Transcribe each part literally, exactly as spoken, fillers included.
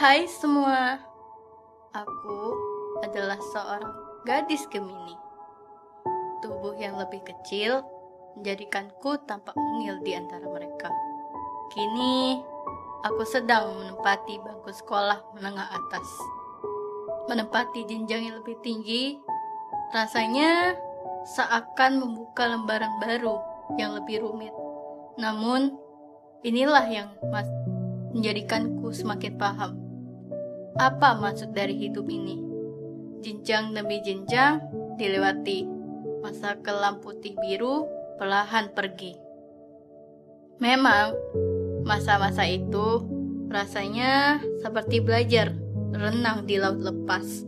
Hai semua, aku adalah seorang gadis Gemini. Tubuh yang lebih kecil menjadikanku tampak mungil di antara mereka. Kini, aku sedang menempati bangku sekolah menengah atas. Menempati jenjang yang lebih tinggi, rasanya seakan membuka lembaran baru yang lebih rumit. Namun, inilah yang mas- menjadikanku semakin paham. Apa maksud dari hidup ini? Jenjang demi jenjang dilewati. Masa kelam putih biru perlahan pergi. Memang, masa-masa itu rasanya seperti belajar renang di laut lepas.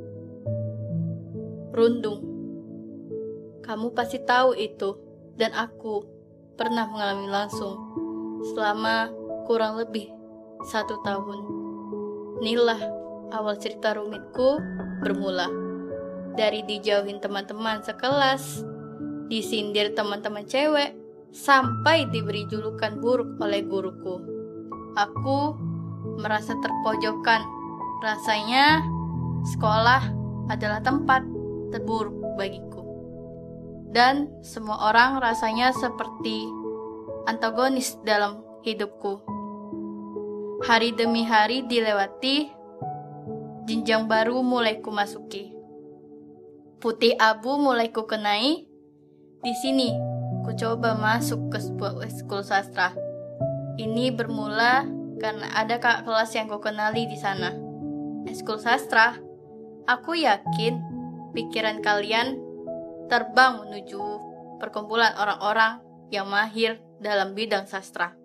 Rundung. Kamu pasti tahu itu, dan aku pernah mengalami langsung selama kurang lebih satu tahun. Inilah awal cerita rumitku bermula. Dari dijauhin teman-teman sekelas, disindir teman-teman cewek, sampai diberi julukan buruk oleh guruku. Aku merasa terpojokkan. Rasanya sekolah adalah tempat terburuk bagiku. Dan semua orang rasanya seperti antagonis dalam hidupku. Hari demi hari dilewati, jenjang baru mulai ku masuki. Putih abu mulai ku kenai. Di sini, ku coba masuk ke sebuah ekskul sastra. Ini bermula karena ada kakak kelas yang ku kenali di sana. Ekskul sastra, aku yakin pikiran kalian terbang menuju perkumpulan orang-orang yang mahir dalam bidang sastra.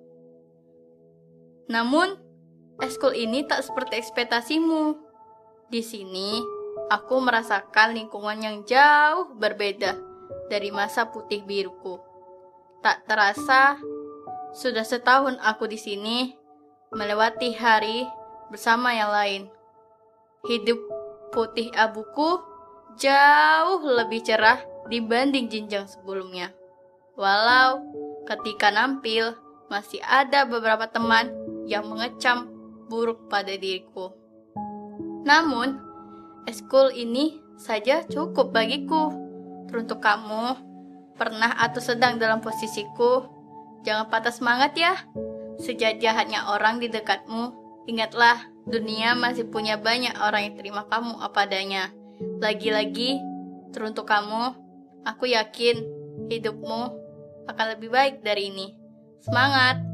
Namun, ekskul ini tak seperti ekspektasimu. Di sini, aku merasakan lingkungan yang jauh berbeda dari masa putih biruku. Tak terasa, sudah setahun aku di sini, melewati hari bersama yang lain. Hidup putih abuku jauh lebih cerah dibanding jenjang sebelumnya. Walau ketika nampil, masih ada beberapa teman yang mengecam buruk pada diriku. Namun, ekskul ini saja cukup bagiku. Teruntuk kamu pernah atau sedang dalam posisiku, jangan patah semangat ya. Sejajahannya orang di dekatmu, ingatlah dunia masih punya banyak orang yang terima kamu apa adanya. Lagi-lagi, teruntuk kamu, aku yakin hidupmu akan lebih baik dari ini. Semangat!